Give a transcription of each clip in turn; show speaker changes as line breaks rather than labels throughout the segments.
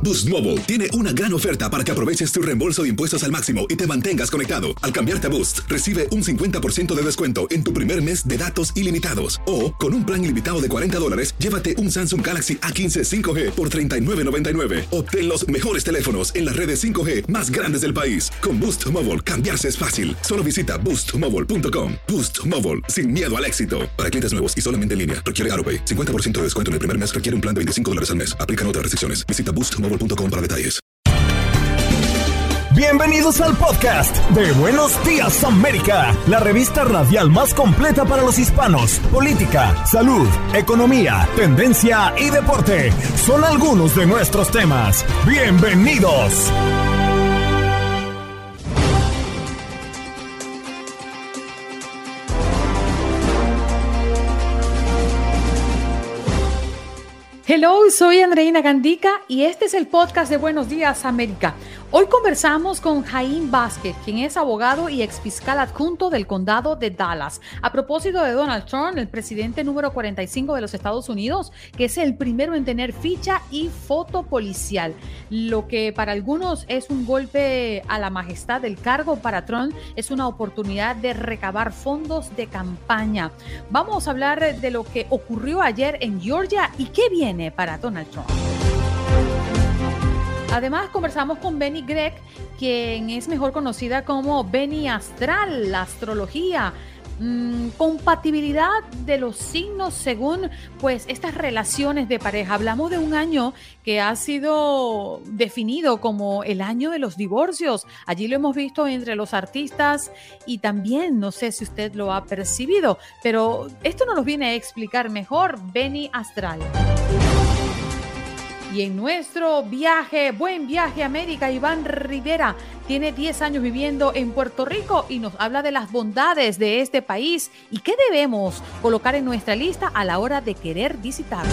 Boost Mobile tiene una gran oferta para que aproveches tu reembolso de impuestos al máximo y te mantengas conectado. Al cambiarte a Boost, recibe un 50% de descuento en tu primer mes de datos ilimitados. O, con un plan ilimitado de $40, llévate un Samsung Galaxy A15 5G por $39.99. Obtén los mejores teléfonos en las redes 5G más grandes del país. Con Boost Mobile, cambiarse es fácil. Solo visita boostmobile.com. Boost Mobile, sin miedo al éxito. Para clientes nuevos y solamente en línea, requiere AroPay. 50% de descuento en el primer mes requiere un plan de $25 al mes. Aplican otras restricciones. Visita boostmobile.com para detalles.
Bienvenidos al podcast de Buenos Días América, la revista radial más completa para los hispanos. Política, salud, economía, tendencia y deporte son algunos de nuestros temas. Bienvenidos.
Hello, soy Andreina Gandica y este es el podcast de Buenos Días América. Hoy conversamos con Jaime Vázquez, quien es abogado y exfiscal adjunto del condado de Dallas. A propósito de Donald Trump, el presidente número 45 de los Estados Unidos, que es el primero en tener ficha y foto policial. Lo que para algunos es un golpe a la majestad del cargo, para Trump es una oportunidad de recabar fondos de campaña. Vamos a hablar de lo que ocurrió ayer en Georgia y qué viene para Donald Trump. Además, conversamos con Benny Gregg, quien es mejor conocida como Benny Astral, la astrología, compatibilidad de los signos según pues estas relaciones de pareja. Hablamos de un año que ha sido definido como el año de los divorcios. Allí lo hemos visto entre los artistas y también, no sé si usted lo ha percibido, pero esto nos lo viene a explicar mejor Benny Astral. Y en nuestro viaje, buen viaje a América, Iván Rivera tiene 10 años viviendo en Puerto Rico y nos habla de las bondades de este país y qué debemos colocar en nuestra lista a la hora de querer visitarlo.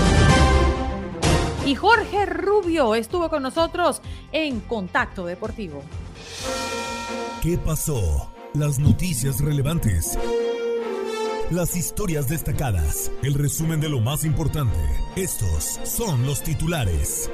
Y Jorge Rubio estuvo con nosotros en Contacto Deportivo.
¿Qué pasó? Las noticias relevantes. Las historias destacadas, el resumen de lo más importante. Estos son los titulares.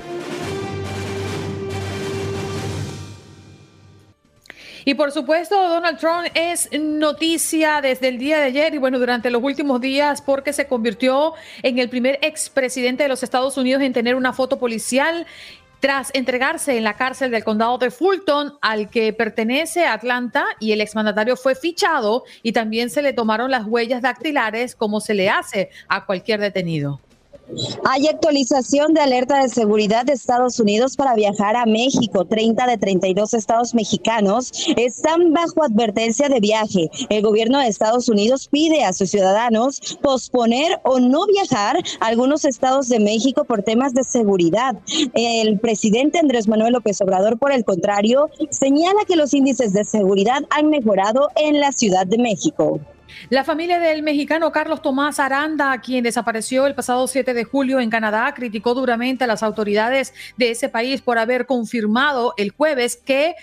Y por supuesto, Donald Trump es noticia desde el día de ayer y bueno, durante los últimos días porque se convirtió en el primer expresidente de los Estados Unidos en tener una foto policial tras entregarse en la cárcel del condado de Fulton, al que pertenece Atlanta, y el exmandatario fue fichado y también se le tomaron las huellas dactilares como se le hace a cualquier detenido.
Hay actualización de alerta de seguridad de Estados Unidos para viajar a México. 30 de 32 estados mexicanos están bajo advertencia de viaje. El gobierno de Estados Unidos pide a sus ciudadanos posponer o no viajar a algunos estados de México por temas de seguridad. El presidente Andrés Manuel López Obrador, por el contrario, señala que los índices de seguridad han mejorado en la Ciudad de México.
La familia del mexicano Carlos Tomás Aranda, quien desapareció el pasado 7 de julio en Canadá, criticó duramente a las autoridades de ese país por haber confirmado el jueves que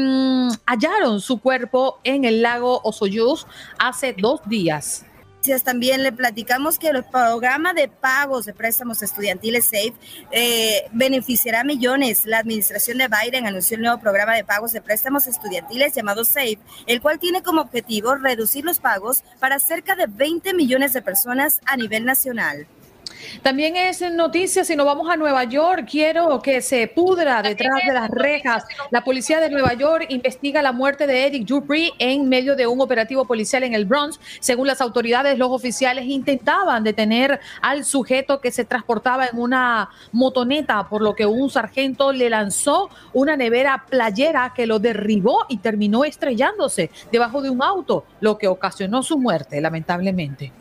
hallaron su cuerpo en el lago Osoyoos hace 2 días.
También le platicamos que el programa de pagos de préstamos estudiantiles SAFE beneficiará a millones. La administración de Biden anunció el nuevo programa de pagos de préstamos estudiantiles llamado SAFE, el cual tiene como objetivo reducir los pagos para cerca de 20 millones de personas a nivel nacional.
También es noticia, si nos vamos a Nueva York, quiero que se pudra detrás de las rejas. La policía de Nueva York investiga la muerte de Eric Dupree en medio de un operativo policial en el Bronx. Según las autoridades, los oficiales intentaban detener al sujeto que se transportaba en una motoneta, por lo que un sargento le lanzó una nevera playera que lo derribó y terminó estrellándose debajo de un auto, lo que ocasionó su muerte, lamentablemente.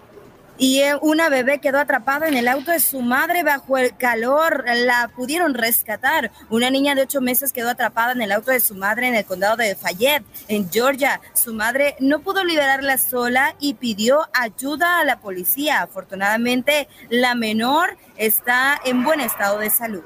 Y una bebé quedó atrapada en el auto de su madre bajo el calor. La pudieron rescatar. Una niña de 8 meses quedó atrapada en el auto de su madre en el condado de Fayette, en Georgia. Su madre no pudo liberarla sola y pidió ayuda a la policía. Afortunadamente, la menor está en buen estado de salud.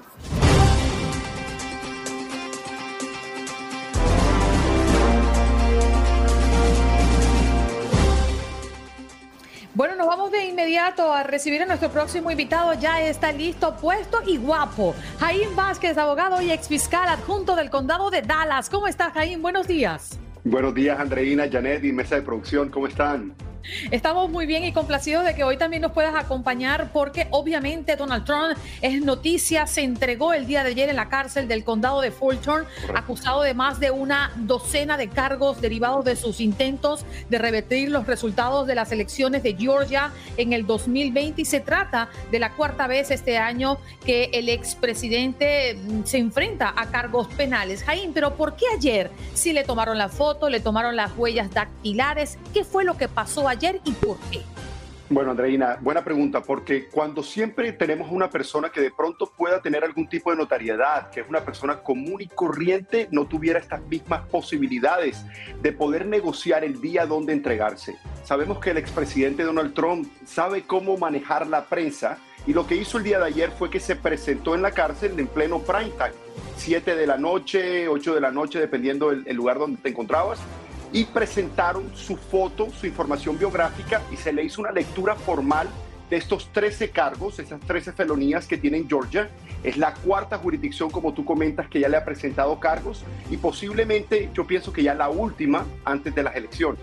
Bueno, nos vamos de inmediato a recibir a nuestro próximo invitado. Ya está listo, puesto y guapo. Jaime Vázquez, abogado y exfiscal adjunto del condado de Dallas. ¿Cómo estás, Jaime? Buenos días.
Buenos días, Andreina, Janet y mesa de producción. ¿Cómo están?
Estamos muy bien y complacidos de que hoy también nos puedas acompañar porque obviamente Donald Trump es noticia, se entregó el día de ayer en la cárcel del condado de Fulton, acusado de más de una docena de cargos derivados de sus intentos de revertir los resultados de las elecciones de Georgia en el 2020 y se trata de la cuarta vez este año que el expresidente se enfrenta a cargos penales. Jaime, pero ¿por qué ayer? Si le tomaron la foto, le tomaron las huellas dactilares, ¿qué fue lo que pasó ayer y por qué?
Bueno, Andreina, buena pregunta, porque cuando siempre tenemos una persona que de pronto pueda tener algún tipo de notariedad, que es una persona común y corriente, no tuviera estas mismas posibilidades de poder negociar el día donde entregarse. Sabemos que el expresidente Donald Trump sabe cómo manejar la prensa y lo que hizo el día de ayer fue que se presentó en la cárcel en pleno prime time, 7 de la noche, 8 de la noche, dependiendo del lugar donde te encontrabas, y presentaron su foto, su información biográfica y se le hizo una lectura formal de estos 13 cargos, esas 13 felonías que tiene en Georgia. Es la cuarta jurisdicción, como tú comentas, que ya le ha presentado cargos y posiblemente yo pienso que ya la última antes de las elecciones.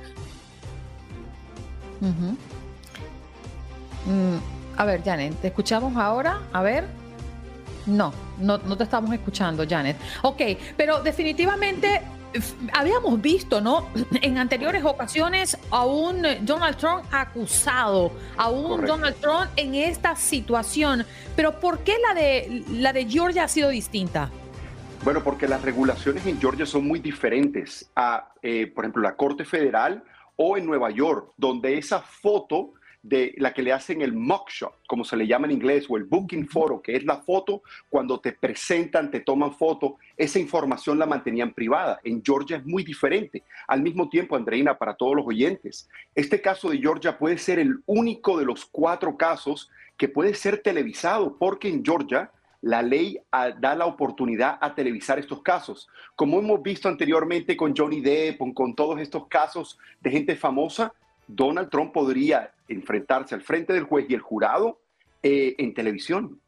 A ver, Janet, ¿te escuchamos ahora? A ver. No te estamos escuchando, Janet. Ok, pero definitivamente habíamos visto, ¿no? En anteriores ocasiones a un Donald Trump acusado, a un
Correcto.
Donald Trump en esta situación. Pero ¿por qué la de Georgia ha sido distinta?
Bueno, porque las regulaciones en Georgia son muy diferentes a, por ejemplo, la Corte Federal o en Nueva York, donde esa foto de la que le hacen el mugshot, como se le llama en inglés, o el booking photo, que es la foto cuando te presentan, te toman foto, esa información la mantenían privada. En Georgia es muy diferente. Al mismo tiempo, Andreina, para todos los oyentes, este caso de Georgia puede ser el único de los 4 casos que puede ser televisado, porque en Georgia la ley da la oportunidad a televisar estos casos. Como hemos visto anteriormente con Johnny Depp, con todos estos casos de gente famosa, Donald Trump podría enfrentarse al frente del juez y el jurado en televisión.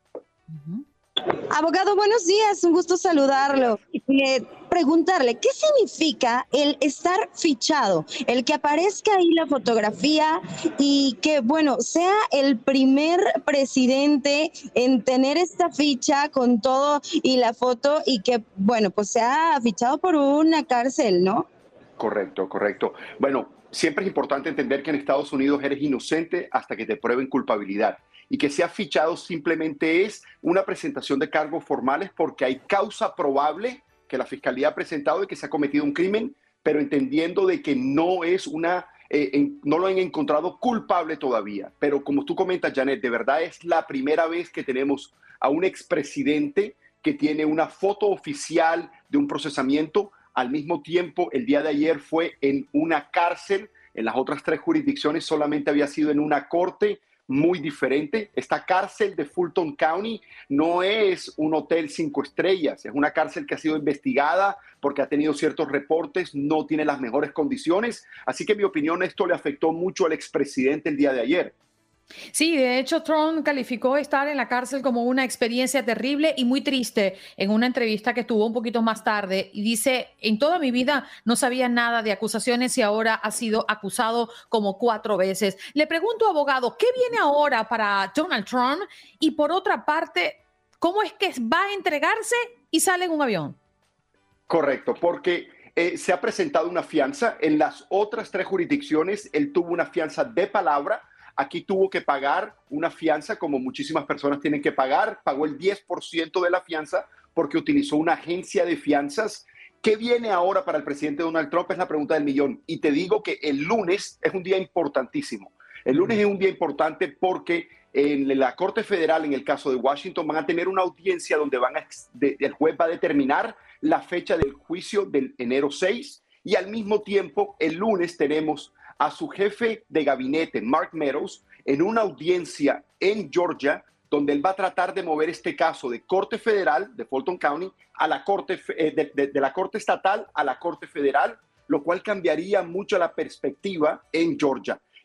Abogado, buenos días, un gusto saludarlo. Preguntarle, ¿qué significa el estar fichado? El que aparezca ahí la fotografía y que, bueno, sea el primer presidente en tener esta ficha con todo y la foto y que, bueno, pues sea fichado por una cárcel, ¿no?
Correcto, correcto. Bueno, siempre es importante entender que en Estados Unidos eres inocente hasta que te prueben culpabilidad y que sea fichado simplemente es una presentación de cargos formales porque hay causa probable que la Fiscalía ha presentado de que se ha cometido un crimen, pero entendiendo de que no es no lo han encontrado culpable todavía. Pero como tú comentas, Janet, de verdad es la primera vez que tenemos a un expresidente que tiene una foto oficial de un procesamiento. Al mismo tiempo, el día de ayer fue en una cárcel. En las otras 3 jurisdicciones solamente había sido en una corte muy diferente. Esta cárcel de Fulton County no es un hotel 5 estrellas, es una cárcel que ha sido investigada porque ha tenido ciertos reportes, no tiene las mejores condiciones. Así que en mi opinión esto le afectó mucho al expresidente el día de ayer.
Sí, de hecho, Trump calificó estar en la cárcel como una experiencia terrible y muy triste en una entrevista que tuvo un poquito más tarde y dice, en toda mi vida no sabía nada de acusaciones y ahora ha sido acusado como 4 veces. Le pregunto, abogado, ¿qué viene ahora para Donald Trump? Y por otra parte, ¿cómo es que va a entregarse y sale en un avión?
Correcto, porque se ha presentado una fianza. En las otras 3 jurisdicciones, él tuvo una fianza de palabra. Aquí tuvo que pagar una fianza como muchísimas personas tienen que pagar. Pagó el 10% de la fianza porque utilizó una agencia de fianzas. ¿Qué viene ahora para el presidente Donald Trump? Es la pregunta del millón. Y te digo que el lunes es un día importantísimo. El lunes es un día importante porque en la Corte Federal, en el caso de Washington, van a tener una audiencia donde el juez va a determinar la fecha del juicio del enero 6 y al mismo tiempo el lunes tenemos a su jefe de gabinete, Mark Meadows, en una audiencia en Georgia, donde él va a tratar de mover este caso de Corte Federal, de Fulton County, a la Corte, de la Corte Estatal a la Corte Federal, lo cual cambiaría mucho la perspectiva en Georgia.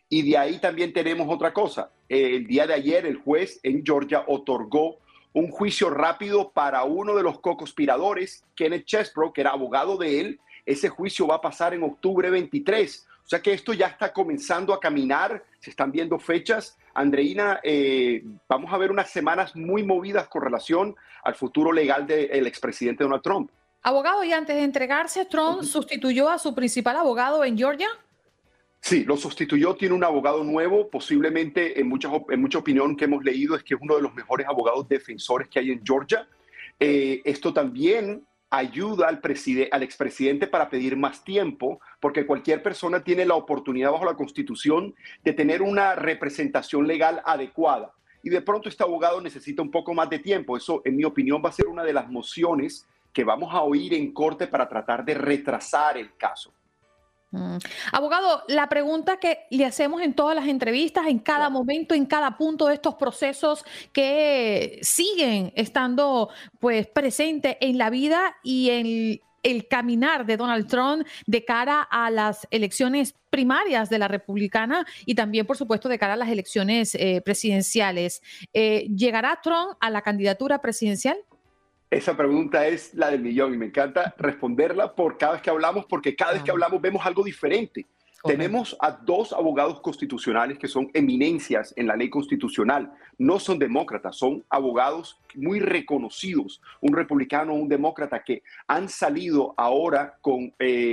Y de ahí también tenemos otra cosa. El día de ayer el juez en Georgia otorgó un juicio rápido para uno de los co-conspiradores, Kenneth Chesebro, que era abogado de él. Ese juicio va a pasar en octubre 23. O sea que esto ya está comenzando a caminar, se están viendo fechas. Andreina, vamos a ver unas semanas muy movidas con relación al futuro legal del expresidente Donald Trump.
Abogado, y antes de entregarse, ¿Trump sustituyó a su principal abogado en Georgia?
Sí, lo sustituyó, tiene un abogado nuevo, posiblemente en mucha opinión que hemos leído es que es uno de los mejores abogados defensores que hay en Georgia. Esto también ayuda al expresidente para pedir más tiempo, porque cualquier persona tiene la oportunidad bajo la Constitución de tener una representación legal adecuada. Y de pronto este abogado necesita un poco más de tiempo. Eso, en mi opinión, va a ser una de las mociones que vamos a oír en corte para tratar de retrasar el caso.
Abogado, la pregunta que le hacemos en todas las entrevistas, en cada momento, en cada punto de estos procesos que siguen estando pues presentes en la vida y en el caminar de Donald Trump de cara a las elecciones primarias de la Republicana y también, por supuesto, de cara a las elecciones presidenciales. ¿Llegará Trump a la candidatura presidencial?
Esa pregunta es la del millón y me encanta responderla por cada vez que hablamos, porque cada vez que hablamos vemos algo diferente. Tenemos a dos abogados constitucionales que son eminencias en la ley constitucional. No son demócratas, son abogados muy reconocidos, un republicano, un demócrata, que han salido ahora con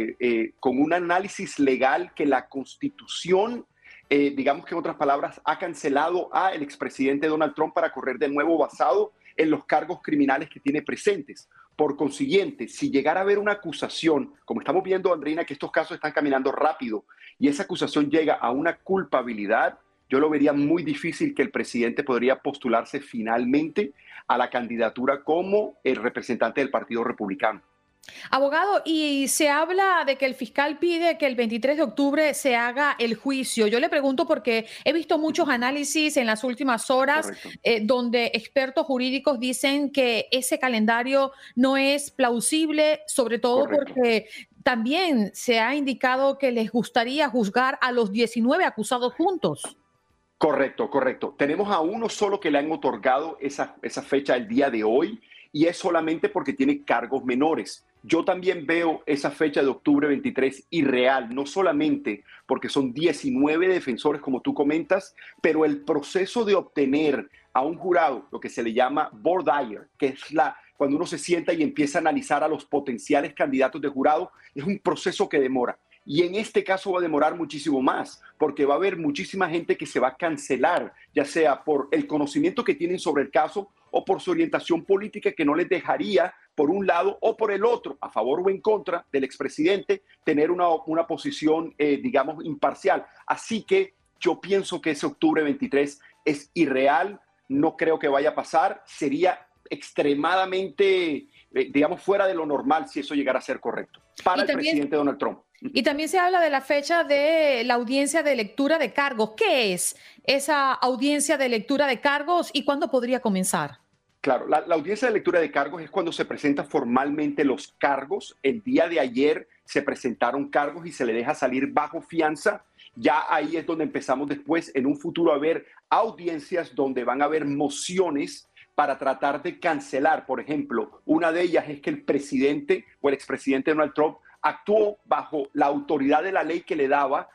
un análisis legal que la Constitución, digamos que en otras palabras, ha cancelado al expresidente Donald Trump para correr de nuevo basado en los cargos criminales que tiene presentes. Por consiguiente, si llegara a haber una acusación, como estamos viendo, Andreina, que estos casos están caminando rápido, y esa acusación llega a una culpabilidad, yo lo vería muy difícil que el presidente podría postularse finalmente a la candidatura como el representante del Partido Republicano.
Abogado, y se habla de que el fiscal pide que el 23 de octubre se haga el juicio. Yo le pregunto porque he visto muchos análisis en las últimas horas donde expertos jurídicos dicen que ese calendario no es plausible, sobre todo porque también se ha indicado que les gustaría juzgar a los 19 acusados juntos.
Correcto. Tenemos a uno solo que le han otorgado esa fecha el día de hoy y es solamente porque tiene cargos menores. Yo también veo esa fecha de octubre 23 irreal, no solamente porque son 19 defensores, como tú comentas, pero el proceso de obtener a un jurado, lo que se le llama voir dire, que es cuando uno se sienta y empieza a analizar a los potenciales candidatos de jurado, es un proceso que demora. Y en este caso va a demorar muchísimo más, porque va a haber muchísima gente que se va a cancelar, ya sea por el conocimiento que tienen sobre el caso o por su orientación política que no les dejaría, por un lado o por el otro, a favor o en contra del expresidente, tener una posición, digamos, imparcial. Así que yo pienso que ese octubre 23 es irreal, no creo que vaya a pasar, sería extremadamente, digamos, fuera de lo normal si eso llegara a ser correcto para el presidente Donald Trump.
Y también se habla de la fecha de la audiencia de lectura de cargos. ¿Qué es esa audiencia de lectura de cargos y cuándo podría comenzar?
Claro, la audiencia de lectura de cargos es cuando se presentan formalmente los cargos. El día de ayer se presentaron cargos y se le deja salir bajo fianza. Ya ahí es donde empezamos después en un futuro a ver audiencias donde van a haber mociones para tratar de cancelar. Por ejemplo, una de ellas es que el presidente o el expresidente Donald Trump actuó bajo la autoridad de la ley que le daba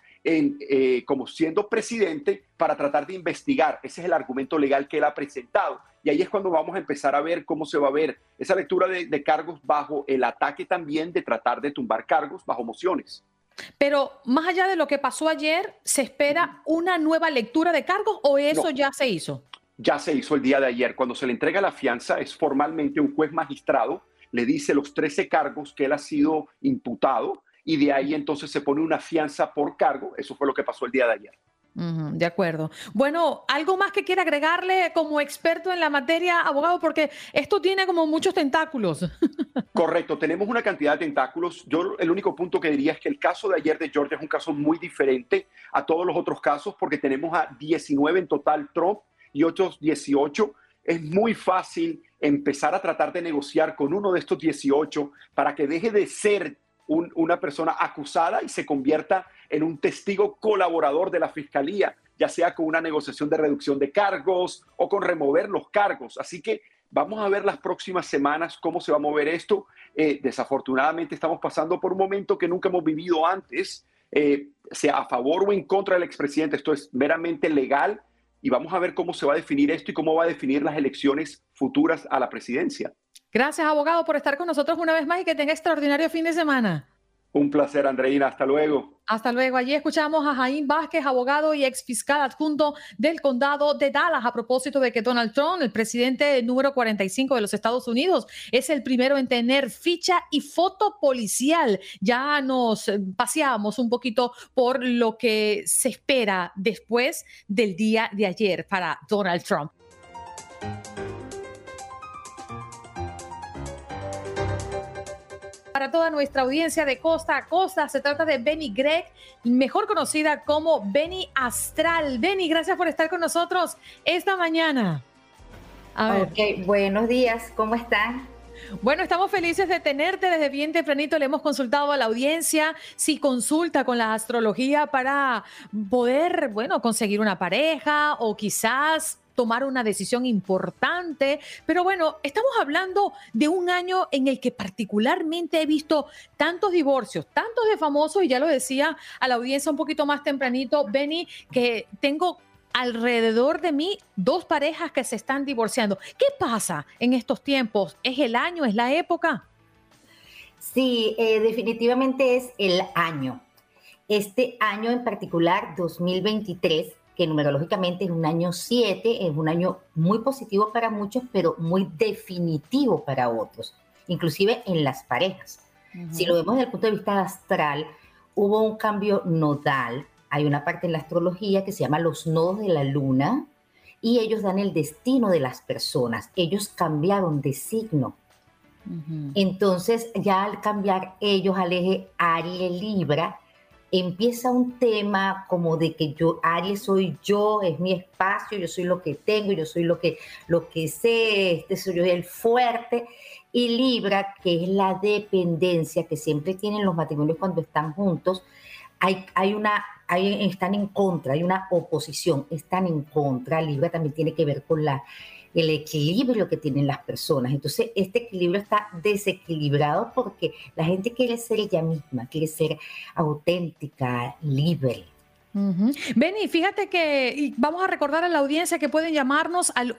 como siendo presidente para tratar de investigar. Ese es el argumento legal que él ha presentado. Y ahí es cuando vamos a empezar a ver cómo se va a ver esa lectura de cargos bajo el ataque también de tratar de tumbar cargos bajo mociones.
Pero más allá de lo que pasó ayer, ¿se espera una nueva lectura de cargos o eso ya se hizo?
Ya se hizo el día de ayer. Cuando se le entrega la fianza, es formalmente un juez magistrado, le dice los 13 cargos que él ha sido imputado y de ahí entonces se pone una fianza por cargo. Eso fue lo que pasó el día de ayer.
De acuerdo. Bueno, ¿algo más que quiera agregarle como experto en la materia, abogado? Porque esto tiene como muchos tentáculos.
Correcto, tenemos una cantidad de tentáculos. Yo el único punto que diría es que el caso de ayer de Georgia es un caso muy diferente a todos los otros casos porque tenemos a 19 en total Trump y otros 18. Es muy fácil empezar a tratar de negociar con uno de estos 18 para que deje de ser una persona acusada y se convierta en un testigo colaborador de la fiscalía, ya sea con una negociación de reducción de cargos o con remover los cargos. Así que vamos a ver las próximas semanas cómo se va a mover esto. Desafortunadamente estamos pasando por un momento que nunca hemos vivido antes, sea a favor o en contra del expresidente. Esto es meramente legal y vamos a ver cómo se va a definir esto y cómo va a definir las elecciones futuras a la presidencia.
Gracias, abogado, por estar con nosotros una vez más y que tenga extraordinario fin de semana.
Un placer, Andreina. Hasta luego.
Hasta luego. Allí escuchamos a Jaime Vázquez, abogado y ex fiscal adjunto del condado de Dallas, a propósito de que Donald Trump, el presidente número 45 de los Estados Unidos, es el primero en tener ficha y foto policial. Ya nos paseamos un poquito por lo que se espera después del día de ayer para Donald Trump. Para toda nuestra audiencia de costa a costa, se trata de Benny Gregg, mejor conocida como Benny Astral. Benny, gracias por estar con nosotros esta mañana.
Ok, buenos días, ¿cómo están?
Bueno, estamos felices de tenerte desde bien tempranito. Le hemos consultado a la audiencia si consulta con la astrología para poder, conseguir una pareja o quizás tomar una decisión importante, pero bueno, estamos hablando de un año en el que particularmente he visto tantos divorcios, tantos de famosos, y ya lo decía a la audiencia un poquito más tempranito, Benny, que tengo alrededor de mí 2 parejas que se están divorciando. ¿Qué pasa en estos tiempos? ¿Es el año? ¿Es la época?
Sí, definitivamente es el año. Este año en particular, 2023, que numerológicamente es un año 7, es un año muy positivo para muchos, pero muy definitivo para otros, inclusive en las parejas. Si lo vemos desde el punto de vista astral, hubo un cambio nodal. Hay una parte en la astrología que se llama los nodos de la luna y ellos dan el destino de las personas. Ellos cambiaron de signo. Entonces, ya al cambiar ellos al eje Aries-Libra, empieza un tema como de que yo, Aries soy yo, es mi espacio, yo soy lo que tengo, yo soy lo que sé, soy yo el fuerte, y Libra, que es la dependencia que siempre tienen los matrimonios cuando están juntos, están en contra, hay una oposición, están en contra. Libra también tiene que ver con el equilibrio que tienen las personas. Entonces, este equilibrio está desequilibrado porque la gente quiere ser ella misma, quiere ser auténtica, libre.
Benny, fíjate que vamos a recordar a la audiencia que pueden llamarnos al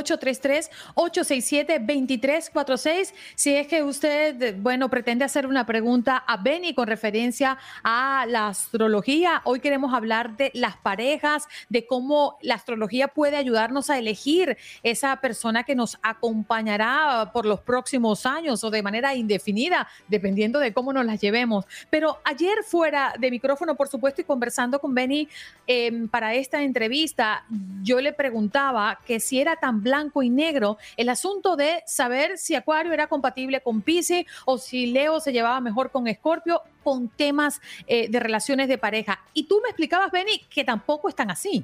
1-833-867-2346 si es que usted, pretende hacer una pregunta a Benny con referencia a la astrología. Hoy queremos hablar de las parejas, de cómo la astrología puede ayudarnos a elegir esa persona que nos acompañará por los próximos años o de manera indefinida, dependiendo de cómo nos las llevemos. Pero ayer fuera de micrófono, por supuesto, y conversando con Benny para esta entrevista, yo le preguntaba que si era tan blanco y negro el asunto de saber si Acuario era compatible con Piscis o si Leo se llevaba mejor con Escorpio con temas de relaciones de pareja. Y tú me explicabas, Benny, que tampoco están así.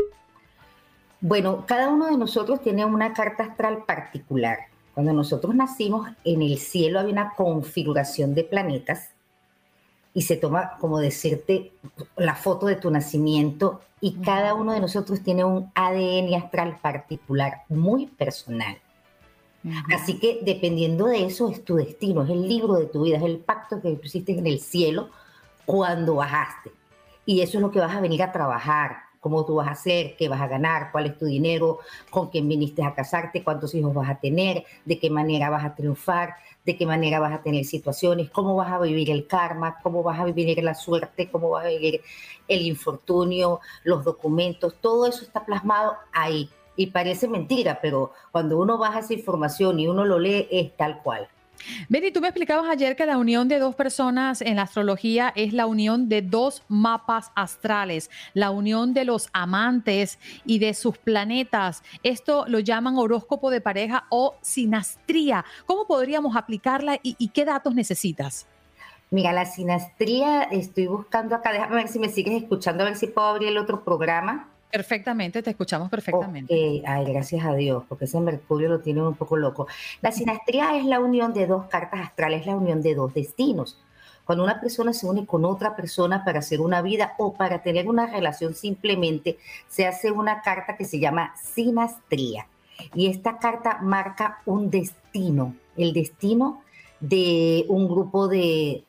Bueno, cada uno de nosotros tiene una carta astral particular. Cuando nosotros nacimos, en el cielo había una configuración de planetas y se toma, como decirte, la foto de tu nacimiento, y cada uno de nosotros tiene un ADN astral particular, muy personal. Así que dependiendo de eso es tu destino, es el libro de tu vida, es el pacto que tú hiciste en el cielo cuando bajaste. Y eso es lo que vas a venir a trabajar, cómo tú vas a hacer, qué vas a ganar, cuál es tu dinero, con quién viniste a casarte, cuántos hijos vas a tener, de qué manera vas a triunfar, de qué manera vas a tener situaciones, cómo vas a vivir el karma, cómo vas a vivir la suerte, cómo vas a vivir el infortunio, los documentos, todo eso está plasmado ahí. Y parece mentira, pero cuando uno baja esa información y uno lo lee, es tal cual.
Benny, tú me explicabas ayer que la unión de 2 personas en la astrología es la unión de 2 mapas astrales, la unión de los amantes y de sus planetas. Esto lo llaman horóscopo de pareja o sinastría. ¿Cómo podríamos aplicarla y qué datos necesitas?
Mira, la sinastría estoy buscando acá. Déjame ver si me sigues escuchando, a ver si puedo abrir el otro programa.
Perfectamente, te escuchamos perfectamente.
Okay. Ay, gracias a Dios, porque ese Mercurio lo tiene un poco loco. La sinastría es la unión de 2 cartas astrales, la unión de 2 destinos. Cuando una persona se une con otra persona para hacer una vida o para tener una relación simplemente, se hace una carta que se llama sinastría. Y esta carta marca un destino, el destino de un grupo de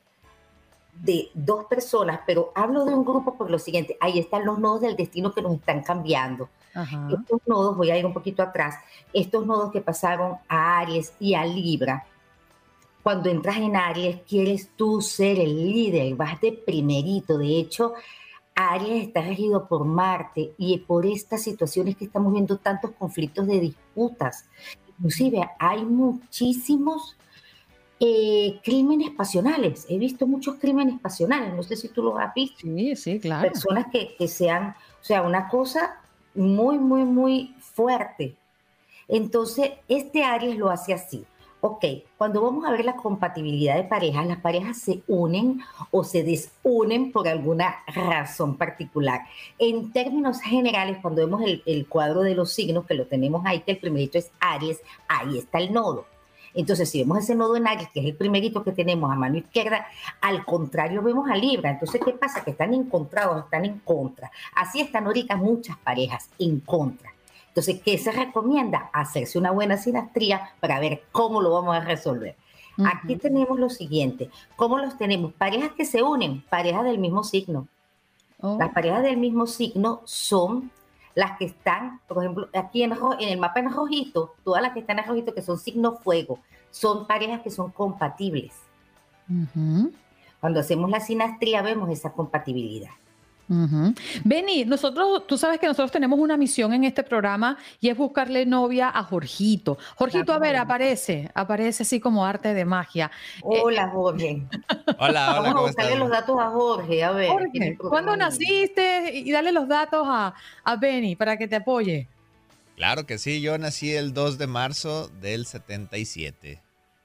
2 personas, pero hablo de un grupo por lo siguiente, ahí están los nodos del destino que nos están cambiando.
Ajá.
Estos nodos, voy a ir un poquito atrás, estos nodos que pasaron a Aries y a Libra, cuando entras en Aries quieres tú ser el líder, vas de primerito. De hecho, Aries está regido por Marte y por estas situaciones que estamos viendo, tantos conflictos de disputas. Inclusive hay muchísimos crímenes pasionales. He visto muchos crímenes pasionales, no sé si tú los has visto.
Sí, sí, claro.
Personas que sean, o sea, una cosa muy, muy, muy fuerte. Entonces, este Aries lo hace así. Ok, cuando vamos a ver la compatibilidad de parejas, las parejas se unen o se desunen por alguna razón particular. En términos generales, cuando vemos el cuadro de los signos, que lo tenemos ahí, que el primerito es Aries, ahí está el nodo. Entonces, si vemos ese nodo en Aries, que es el primerito que tenemos a mano izquierda, al contrario vemos a Libra. Entonces, ¿qué pasa? Que están encontrados, están en contra. Así están ahorita muchas parejas en contra. Entonces, ¿qué se recomienda? Hacerse una buena sinastría para ver cómo lo vamos a resolver. Aquí tenemos lo siguiente. ¿Cómo los tenemos? Parejas que se unen, parejas del mismo signo. Las parejas del mismo signo son las que están, por ejemplo, aquí en el mapa en rojito, todas las que están en rojito, que son signo fuego, son parejas que son compatibles. Cuando hacemos la sinastría vemos esa compatibilidad.
Benny, tú sabes que nosotros tenemos una misión en este programa y es buscarle novia a Jorgito. Jorgito, a ver, aparece así como arte de magia.
Hola, Jorge.
Hola,
Vamos a
¿cómo
buscarle
estás?
los datos a Jorge, a ver.
Jorge, ¿cuándo naciste? Y dale los datos a Benny para que te apoye.
Claro que sí, yo nací el 2 de marzo del 77.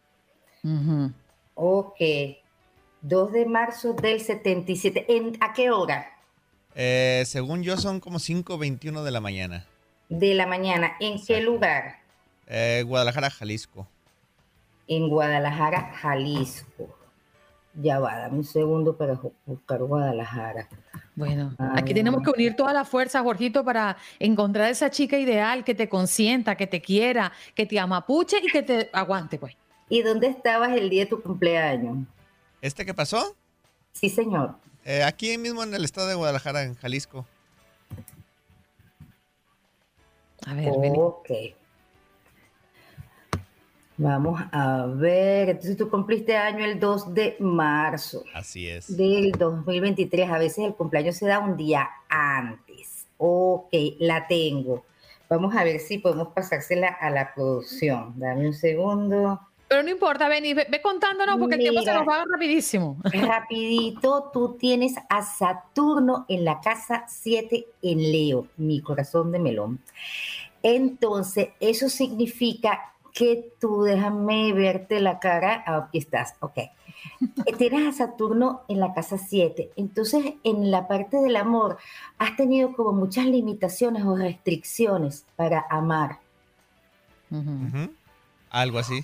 Ok, 2 de marzo del 77. ¿A qué hora?
Según yo son como 5:21 de la mañana.
De la mañana. ¿En
Exacto.
qué lugar?
Guadalajara, Jalisco.
En Guadalajara, Jalisco. Ya va, dame un segundo para buscar Guadalajara.
Bueno, aquí tenemos que unir toda la fuerza, Jorgito, para encontrar esa chica ideal que te consienta, que te quiera, que te amapuche y que te aguante, pues.
¿Y dónde estabas el día de tu cumpleaños?
¿Este qué pasó?
Sí, señor.
Aquí mismo en el estado de Guadalajara, en Jalisco.
A ver,
Ok. Vamos a ver. Entonces tú cumpliste año el 2 de marzo.
Así es.
Del 2023. A veces el cumpleaños se da un día antes. Ok, la tengo. Vamos a ver si podemos pasársela a la producción. Dame un segundo.
Pero no importa, Benny, ve contándonos porque el tiempo se nos va rapidísimo.
Rapidito, tú tienes a Saturno en la casa 7 en Leo, mi corazón de melón. Entonces, eso significa que tú, déjame verte la cara, aquí estás, ok. Tienes a Saturno en la casa 7, entonces en la parte del amor has tenido como muchas limitaciones o restricciones para amar.
Algo así.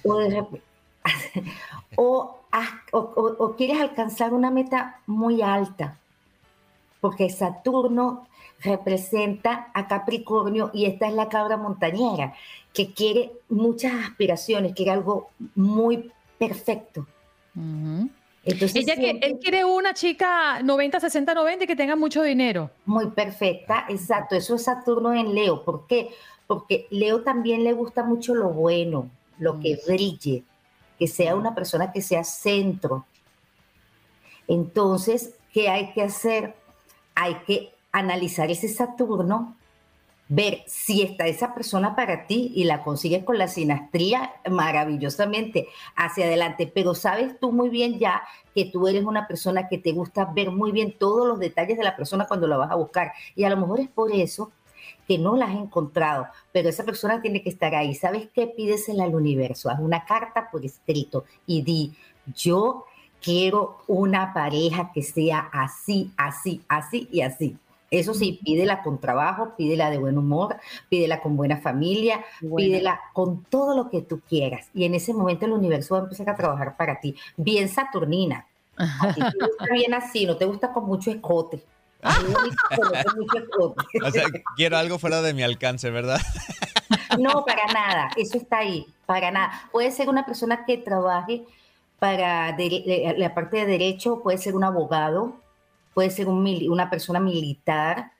O quieres alcanzar una meta muy alta, porque Saturno representa a Capricornio y esta es la cabra montañera, que quiere muchas aspiraciones, quiere algo muy perfecto. Entonces,
él quiere una chica 90, 60, 90 y que tenga mucho dinero.
Muy perfecta, exacto. Eso es Saturno en Leo. ¿Por qué? Porque Leo también le gusta mucho lo bueno, lo que brille, que sea una persona que sea centro. Entonces, ¿qué hay que hacer? Hay que analizar ese Saturno, ver si está esa persona para ti y la consigues con la sinastría maravillosamente hacia adelante. Pero sabes tú muy bien ya que tú eres una persona que te gusta ver muy bien todos los detalles de la persona cuando la vas a buscar. Y a lo mejor es por eso que no la has encontrado, pero esa persona tiene que estar ahí. ¿Sabes qué? Pídesela al universo, haz una carta por escrito y di, yo quiero una pareja que sea así, así, así y así. Eso sí, pídela con trabajo, pídela de buen humor, pídela con buena familia, pídela con todo lo que tú quieras. Y en ese momento el universo va a empezar a trabajar para ti. Bien saturnina. A ti te gusta bien así, no te gusta con mucho escote. A mí me gusta con mucho escote.
O sea, quiero algo fuera de mi alcance, ¿verdad?
No, para nada, eso está ahí, para nada. Puede ser una persona que trabaje para la parte de derecho, puede ser un abogado, puede ser una persona militar.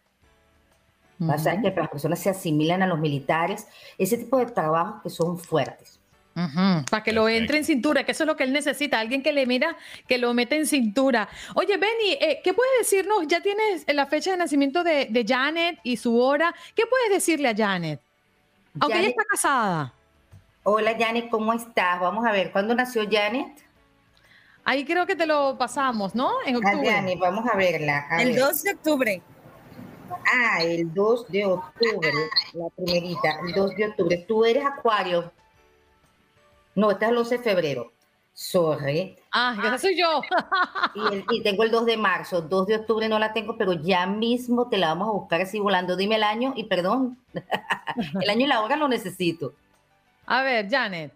O sea, que las personas se asimilan a los militares, ese tipo de trabajos que son fuertes.
Para que lo entre en cintura, que eso es lo que él necesita, alguien que le mira, que lo mete en cintura. Oye, Benny, ¿qué puedes decirnos? Ya tienes la fecha de nacimiento de Janet y su hora. ¿Qué puedes decirle a Janet? Aunque ella está casada.
Hola, Janet, ¿cómo estás? Vamos a ver, ¿cuándo nació Janet?
Ahí creo que te lo pasamos, ¿no? En octubre.
Janet, vamos a verla.
El 2 de octubre.
El 2 de octubre, la primerita, el 2 de octubre. Tú eres Acuario. No, estás el 11 de febrero. Sorry.
Esa soy yo.
Y tengo el 2 de marzo. 2 de octubre no la tengo, pero ya mismo te la vamos a buscar así volando. Dime el año y perdón. El año y la hora lo necesito.
A ver, Janet.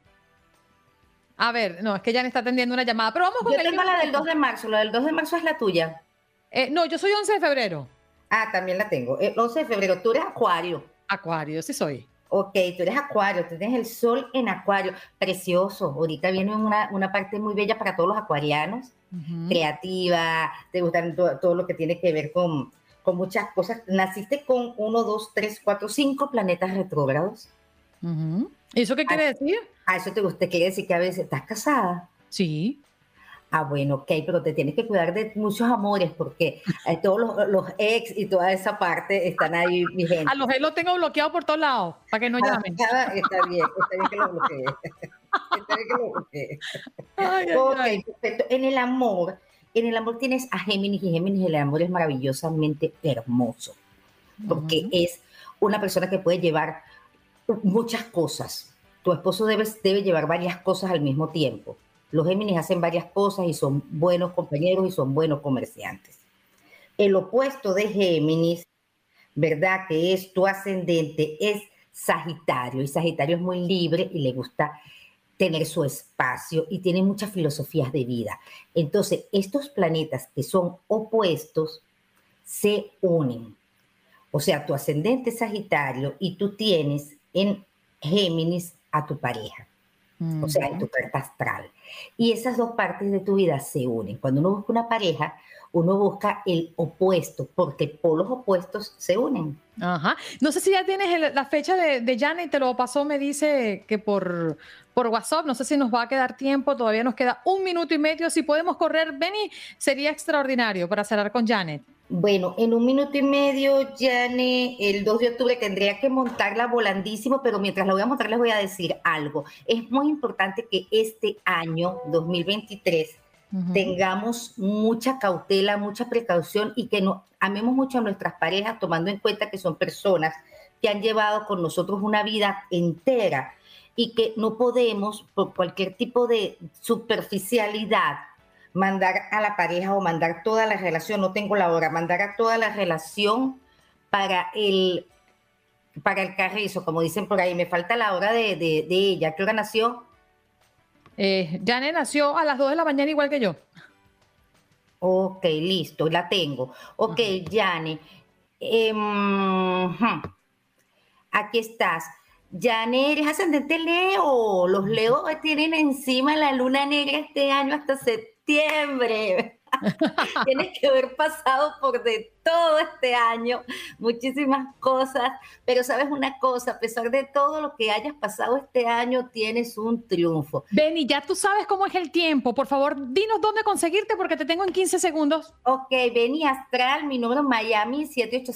A ver, no, es que Janet está atendiendo una llamada, pero vamos con
Yo tengo la del 2 de marzo. La del 2 de marzo es la tuya.
No, yo soy 11 de febrero.
También la tengo. El 11 de febrero. Tú eres Acuario.
Acuario, sí soy.
Ok, tú eres Acuario, tú tienes el sol en Acuario, precioso. Ahorita viene una parte muy bella para todos los acuarianos, creativa, te gustan todo lo que tiene que ver con muchas cosas. Naciste con 1, 2, 3, 4, 5 planetas retrógrados.
¿Y eso qué quiere decir?
Eso te quiere decir que a veces estás casada.
Sí.
Bueno, ok, pero te tienes que cuidar de muchos amores porque todos los ex y toda esa parte están ahí vigentes.
A los ex los tengo bloqueados por todos lados, para que no llamen.
Está bien que lo bloquees. Está bien que lo bloquees. Ok, perfecto. En el amor tienes a Géminis y Géminis, el amor es maravillosamente hermoso porque es una persona que puede llevar muchas cosas. Tu esposo debe llevar varias cosas al mismo tiempo. Los Géminis hacen varias cosas y son buenos compañeros y son buenos comerciantes. El opuesto de Géminis, ¿verdad? Que es tu ascendente, es Sagitario. Y Sagitario es muy libre y le gusta tener su espacio y tiene muchas filosofías de vida. Entonces, estos planetas que son opuestos se unen. O sea, tu ascendente es Sagitario y tú tienes en Géminis a tu pareja. O sea, en tu carta astral. Y esas dos partes de tu vida se unen. Cuando uno busca una pareja, uno busca el opuesto, porque polos opuestos se unen.
No sé si ya tienes la fecha de Janet, te lo pasó, me dice que por WhatsApp, no sé si nos va a quedar tiempo, todavía nos queda 1 minuto y medio. Si podemos correr, Benny, sería extraordinario para cerrar con Janet.
Bueno, en 1 minuto y medio, Janet, el 2 de octubre tendría que montarla volandísimo, pero mientras la voy a montar les voy a decir algo. Es muy importante que este año, 2023, tengamos mucha cautela, mucha precaución y que amemos mucho a nuestras parejas, tomando en cuenta que son personas que han llevado con nosotros una vida entera y que no podemos, por cualquier tipo de superficialidad, mandar a la pareja o mandar toda la relación, no tengo la hora, mandar a toda la relación para el carrizo, como dicen por ahí. Me falta la hora de ella. ¿Qué hora nació?
Janet nació a las 2 de la mañana igual que yo.
Ok, listo, la tengo. Ok, Janet. Aquí estás. Janet, eres ascendente Leo. Los Leos tienen encima la luna negra este año hasta septiembre. Tienes que haber pasado por de todo este año, muchísimas cosas, pero sabes una cosa, a pesar de todo lo que hayas pasado este año, tienes un triunfo.
Benny, ya tú sabes cómo es el tiempo, por favor, dinos dónde conseguirte porque te tengo en 15 segundos.
Ok, Benny Astral, mi número Miami,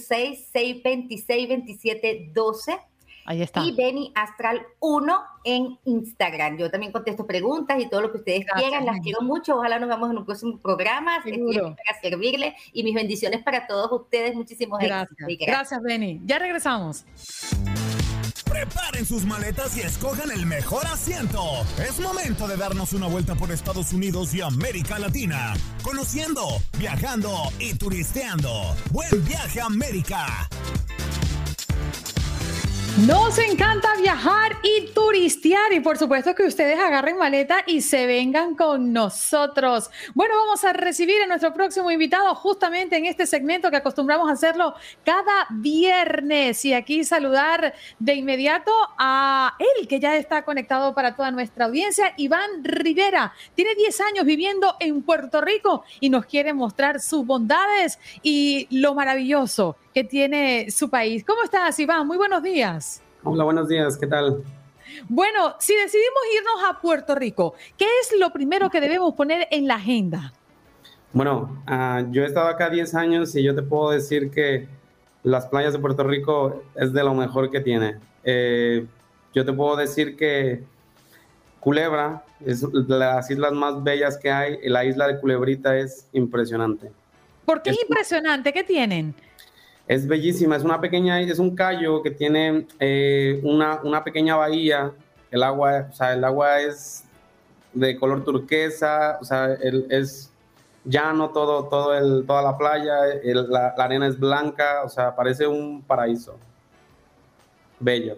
786-626-2712.
Ahí está.
Y Benny Astral 1 en Instagram. Yo también contesto preguntas y todo lo que ustedes quieran. Las quiero mucho. Ojalá nos veamos en un próximo programa. Estoy para servirle y mis bendiciones para todos ustedes. Muchísimos éxitos.
Gracias, Benny. Ya regresamos.
Preparen sus maletas y escojan el mejor asiento. Es momento de darnos una vuelta por Estados Unidos y América Latina. Conociendo, viajando y turisteando. ¡Buen viaje a América!
Nos encanta viajar y turistear y por supuesto que ustedes agarren maleta y se vengan con nosotros. Bueno, vamos a recibir a nuestro próximo invitado justamente en este segmento que acostumbramos a hacerlo cada viernes y aquí saludar de inmediato a él que ya está conectado para toda nuestra audiencia, Iván Rivera. Tiene 10 años viviendo en Puerto Rico y nos quiere mostrar sus bondades y lo maravilloso que tiene su país. ¿Cómo estás, Iván? Muy buenos días.
Hola, buenos días, ¿qué tal?
Bueno, si decidimos irnos a Puerto Rico, ¿qué es lo primero que debemos poner en la agenda?
Bueno, yo he estado acá 10 años y yo te puedo decir que las playas de Puerto Rico es de lo mejor que tiene. Yo te puedo decir que Culebra es de las islas más bellas que hay. La isla de Culebrita es impresionante.
¿Por qué es impresionante? ¿Qué tienen?
Es bellísima, es un callo que tiene una pequeña bahía. El agua es de color turquesa, es llano toda la playa, la arena es blanca, parece un paraíso. Bello.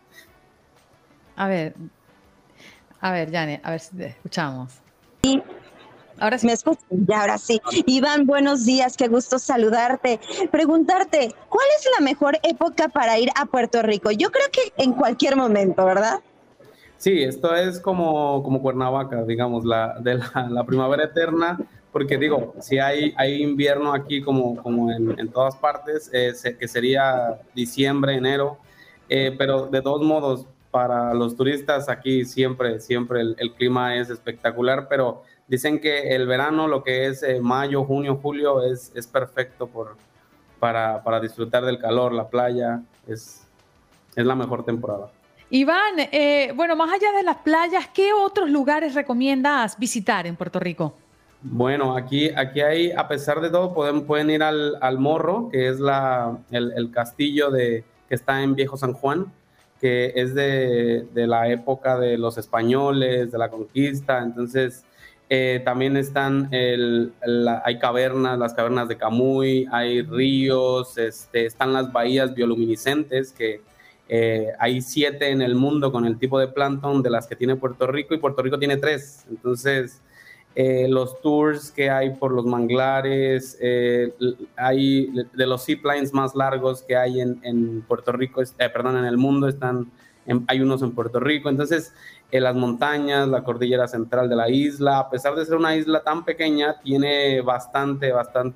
A ver, Janet, a ver si te escuchamos.
Sí.
Ahora sí.
¿Me escuchan? Ya, ahora sí. Iván, buenos días, qué gusto saludarte. Preguntarte, ¿cuál es la mejor época para ir a Puerto Rico? Yo creo que en cualquier momento, ¿verdad?
Sí, esto es como Cuernavaca, digamos, la primavera eterna, porque digo, si hay invierno aquí como en todas partes, que sería diciembre, enero, pero de todos modos, para los turistas aquí siempre el clima es espectacular, pero dicen que el verano, lo que es mayo, junio, julio, es perfecto para disfrutar del calor, la playa, es la mejor temporada.
Iván, bueno, más allá de las playas, ¿qué otros lugares recomiendas visitar en Puerto Rico?
Bueno, aquí hay, a pesar de todo, pueden ir al Morro, que es el castillo que está en Viejo San Juan, que es de la época de los españoles, de la conquista. Entonces también hay cavernas, las cavernas de Camuy, hay ríos, están las bahías bioluminiscentes, que hay 7 en el mundo con el tipo de plancton de las que tiene Puerto Rico, y Puerto Rico tiene 3. Entonces los tours que hay por los manglares, hay de los ziplines más largos que hay en Puerto Rico, en el mundo, hay unos en Puerto Rico. Entonces las montañas, la cordillera central de la isla, a pesar de ser una isla tan pequeña, tiene bastante,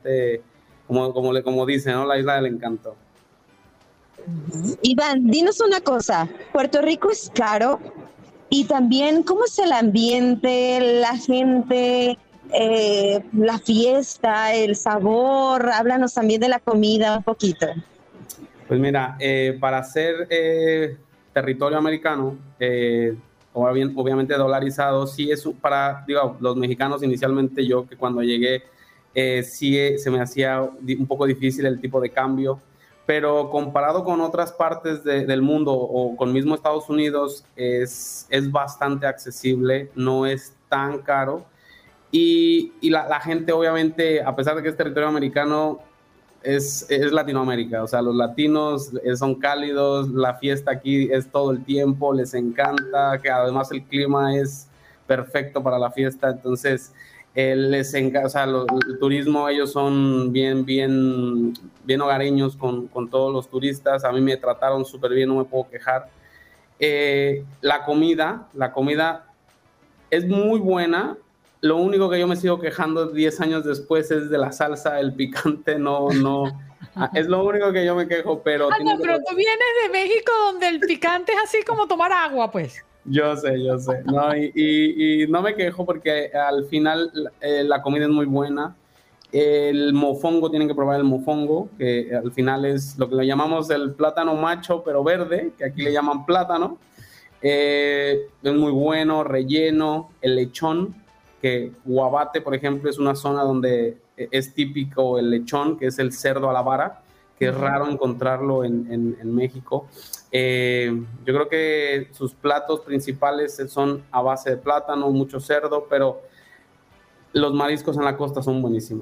como dicen, ¿no? La isla del encanto.
Iván, dinos una cosa, ¿Puerto Rico es caro? Y también, ¿cómo es el ambiente, la gente, la fiesta, el sabor? Háblanos también de la comida un poquito.
Pues mira, para ser territorio americano, obviamente dolarizado, sí es los mexicanos inicialmente, yo que cuando llegué, sí se me hacía un poco difícil el tipo de cambio, pero comparado con otras partes del mundo o con mismo Estados Unidos, es bastante accesible, no es tan caro, y la gente obviamente, a pesar de que es territorio americano, es Latinoamérica, los latinos son cálidos, la fiesta aquí es todo el tiempo, les encanta, que además el clima es perfecto para la fiesta. Entonces les encanta, el turismo, ellos son bien hogareños con todos los turistas. A mí me trataron súper bien, no me puedo quejar. La comida es muy buena. Lo único que yo me sigo quejando 10 años después es de la salsa, el picante, no. Es lo único que yo me quejo, pero...
pero tú vienes de México donde el picante es así como tomar agua, pues.
Yo sé. No, y no me quejo porque al final la comida es muy buena. El mofongo, tienen que probar el mofongo, que al final es lo que le llamamos el plátano macho, pero verde, que aquí le llaman plátano. Es muy bueno, relleno, el lechón, que Guabate, por ejemplo, es una zona donde es típico el lechón, que es el cerdo a la vara, que es raro encontrarlo en México. Yo creo que sus platos principales son a base de plátano, mucho cerdo, pero los mariscos en la costa son buenísimos.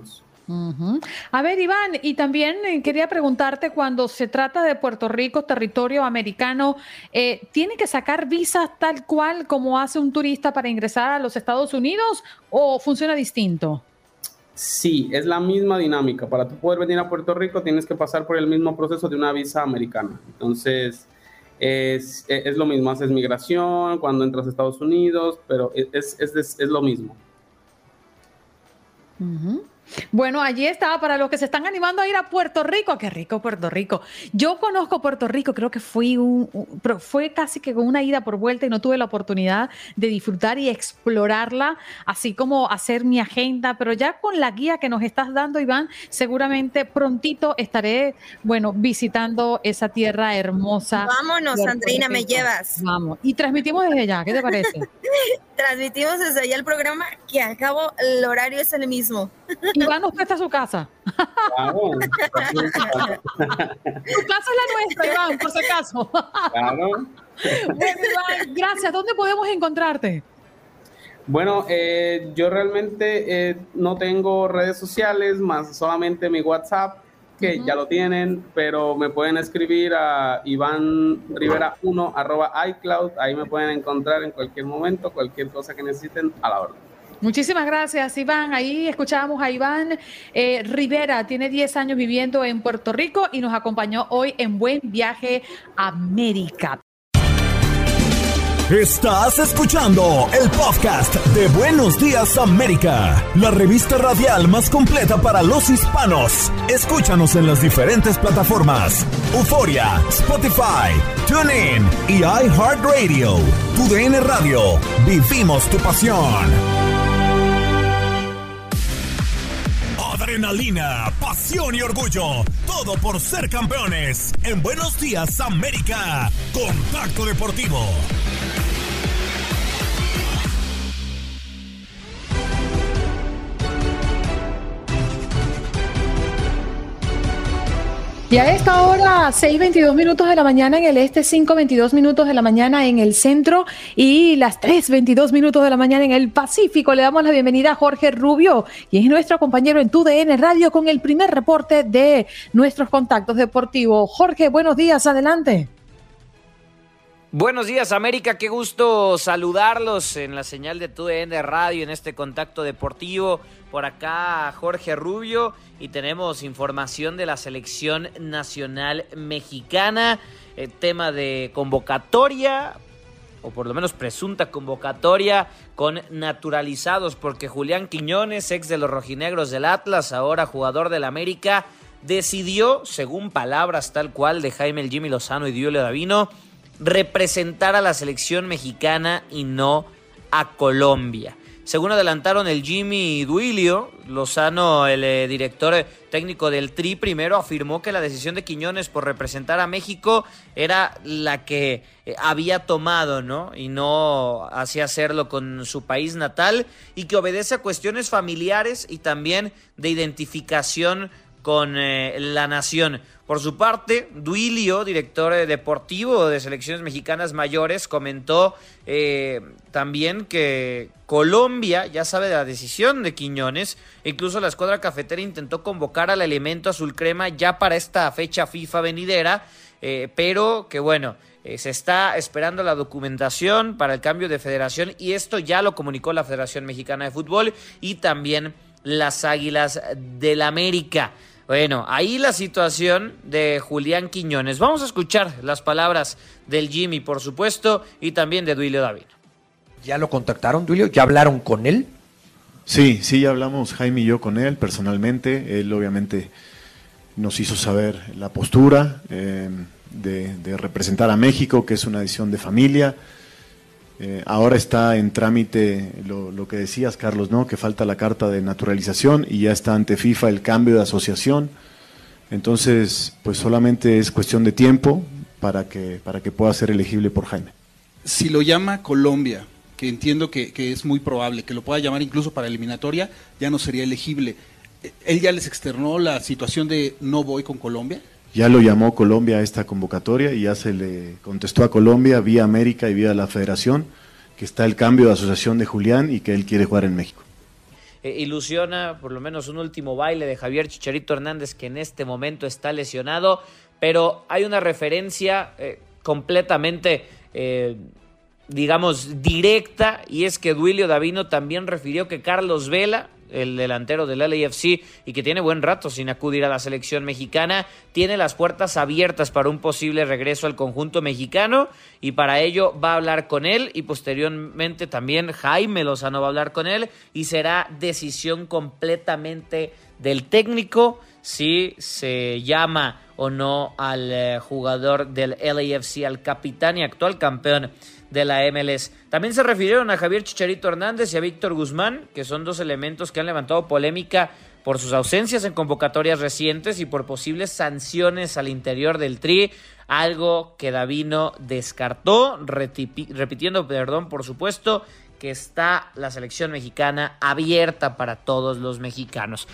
A ver, Iván, y también quería preguntarte, cuando se trata de Puerto Rico, territorio americano, ¿tiene que sacar visas tal cual como hace un turista para ingresar a los Estados Unidos o funciona distinto?
Sí, es la misma dinámica. Para tú poder venir a Puerto Rico tienes que pasar por el mismo proceso de una visa americana. Entonces, es lo mismo, haces migración cuando entras a Estados Unidos, pero es lo mismo.
Bueno, allí está, para los que se están animando a ir a Puerto Rico. ¡Qué rico Puerto Rico! Yo conozco Puerto Rico, creo que pero fue casi que con una ida por vuelta y no tuve la oportunidad de disfrutar y explorarla, así como hacer mi agenda, pero ya con la guía que nos estás dando, Iván, seguramente prontito estaré, visitando esa tierra hermosa.
Vámonos, Andreina, me llevas.
Vamos, y transmitimos desde allá, ¿qué te parece?
Transmitimos desde allá el programa, que al cabo el horario es el mismo.
Iván nos presta su casa.
Claro.
Tu casa es la nuestra, Iván, por si acaso.
Claro.
Bueno, Iván, gracias. ¿Dónde podemos encontrarte?
Bueno, yo realmente no tengo redes sociales, más solamente mi WhatsApp, que ya lo tienen, pero me pueden escribir a ivanrivera1@iCloud. Ahí me pueden encontrar en cualquier momento, cualquier cosa que necesiten, a la orden.
Muchísimas gracias, Iván. Ahí escuchábamos a Iván Rivera. Tiene 10 años viviendo en Puerto Rico y nos acompañó hoy en Buen Viaje América.
Estás escuchando el podcast de Buenos Días América, la revista radial más completa para los hispanos. Escúchanos en las diferentes plataformas: Euforia, Spotify, TuneIn y iHeartRadio. TUDN Radio, vivimos tu pasión. Adrenalina, pasión y orgullo, todo por ser campeones. En Buenos Días América, Contacto Deportivo.
Y a esta hora, 6:22 minutos de la mañana en el este, 5:22 minutos de la mañana en el centro y las 3:22 minutos de la mañana en el Pacífico. Le damos la bienvenida a Jorge Rubio, y es nuestro compañero en TUDN Radio con el primer reporte de nuestros contactos deportivos. Jorge, buenos días, adelante.
Buenos días, América, qué gusto saludarlos en la señal de TUDN Radio en este contacto deportivo. Por acá Jorge Rubio, y tenemos información de la selección nacional mexicana, tema de convocatoria, o por lo menos presunta convocatoria, con naturalizados, porque Julián Quiñones, ex de los rojinegros del Atlas, ahora jugador del América, decidió, según palabras tal cual de Jaime el Jimmy Lozano y Diego Davino, representar a la selección mexicana y no a Colombia. Según adelantaron el Jimmy y Duilio, Lozano, el director técnico del Tri, primero afirmó que la decisión de Quiñones por representar a México era la que había tomado, ¿no? Y no hacía hacerlo con su país natal, y que obedece a cuestiones familiares y también de identificación con la nación. Por su parte, Duilio, director deportivo de selecciones mexicanas mayores, comentó también que Colombia ya sabe de la decisión de Quiñones. Incluso la escuadra cafetera intentó convocar al elemento azul crema ya para esta fecha FIFA venidera, pero que bueno, se está esperando la documentación para el cambio de federación, y esto ya lo comunicó la Federación Mexicana de Fútbol y también las Águilas del América. Bueno, ahí la situación de Julián Quiñones. Vamos a escuchar las palabras del Jimmy, por supuesto, y también de Duilio Davino.
¿Ya lo contactaron, Duilio? ¿Ya hablaron con él?
Sí, ya hablamos Jaime y yo con él personalmente. Él obviamente nos hizo saber la postura de representar a México, que es una decisión de familia. Ahora está en trámite lo que decías, Carlos, ¿no? Que falta la carta de naturalización y ya está ante FIFA el cambio de asociación. Entonces, pues solamente es cuestión de tiempo para que pueda ser elegible por Jaime.
Si lo llama Colombia, que entiendo que es muy probable que lo pueda llamar incluso para eliminatoria, ya no sería elegible. ¿Él ya les externó la situación de no voy con Colombia?
Ya lo llamó Colombia a esta convocatoria y ya se le contestó a Colombia vía América y vía la Federación que está el cambio de asociación de Julián y que él quiere jugar en México.
ilusiona por lo menos un último baile de Javier Chicharito Hernández, que en este momento está lesionado, pero hay una referencia completamente digamos directa, y es que Duilio Davino también refirió que Carlos Vela, el delantero del LAFC y que tiene buen rato sin acudir a la selección mexicana, tiene las puertas abiertas para un posible regreso al conjunto mexicano, y para ello va a hablar con él, y posteriormente también Jaime Lozano va a hablar con él, y será decisión completamente del técnico si se llama o no al jugador del LAFC, al capitán y actual campeón de la MLS. También se refirieron a Javier Chicharito Hernández y a Víctor Guzmán, que son dos elementos que han levantado polémica por sus ausencias en convocatorias recientes y por posibles sanciones al interior del Tri, algo que Davino descartó, repitiendo, por supuesto, que está la selección mexicana abierta para todos los mexicanos.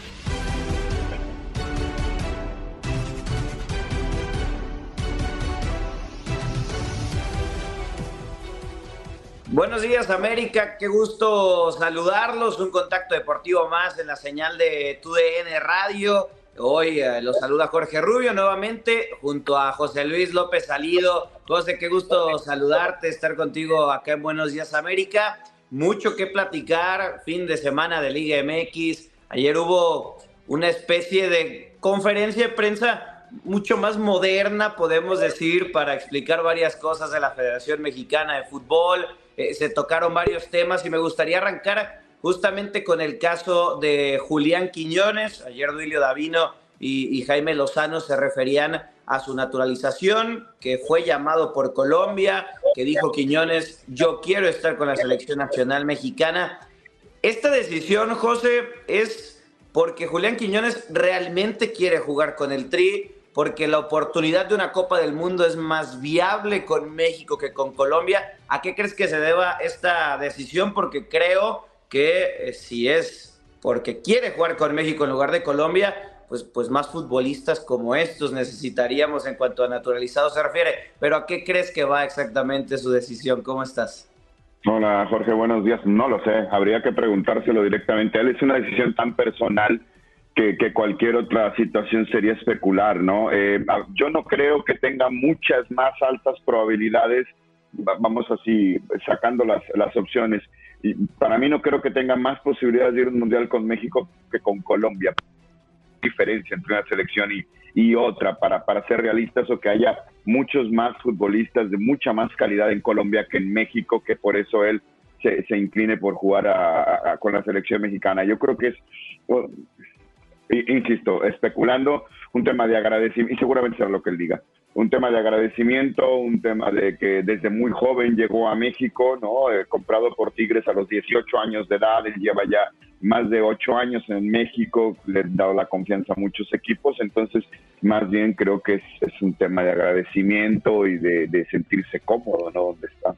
Buenos días, América, qué gusto saludarlos, un contacto deportivo más en la señal de TUDN Radio. Hoy los saluda Jorge Rubio nuevamente junto a José Luis López Salido. José, qué gusto saludarte, estar contigo acá en Buenos Días, América. Mucho que platicar, fin de semana de Liga MX. Ayer hubo una especie de conferencia de prensa mucho más moderna, podemos decir, para explicar varias cosas de la Federación Mexicana de Fútbol. Se tocaron varios temas y me gustaría arrancar justamente con el caso de Julián Quiñones. Ayer Duilio Davino y Jaime Lozano se referían a su naturalización, que fue llamado por Colombia, que dijo Quiñones, yo quiero estar con la selección nacional mexicana. Esta decisión, José, es porque Julián Quiñones realmente quiere jugar con el Tri, porque la oportunidad de una Copa del Mundo es más viable con México que con Colombia. ¿A qué crees que se deba esta decisión? Porque creo que si es porque quiere jugar con México en lugar de Colombia, pues más futbolistas como estos necesitaríamos en cuanto a naturalizados se refiere. Pero ¿a qué crees que va exactamente su decisión? ¿Cómo estás?
Hola, Jorge, buenos días. No lo sé, habría que preguntárselo directamente a él. Es una decisión tan personal que cualquier otra situación sería especular, ¿no? Yo no creo que tenga muchas más altas probabilidades, vamos así, sacando las opciones. Y para mí no creo que tenga más posibilidades de ir a un mundial con México que con Colombia. Diferencia entre una selección y otra, para ser realistas, o que haya muchos más futbolistas de mucha más calidad en Colombia que en México, que por eso él se incline por jugar con la selección mexicana. Yo creo que es... insisto, especulando, un tema de agradecimiento, y seguramente será lo que él diga, un tema de agradecimiento, un tema de que desde muy joven llegó a México, ¿no? Comprado por Tigres a los 18 años de edad, él lleva ya más de 8 años en México, le han dado la confianza a muchos equipos, entonces más bien creo que es un tema de agradecimiento y de sentirse cómodo, ¿no? Donde está.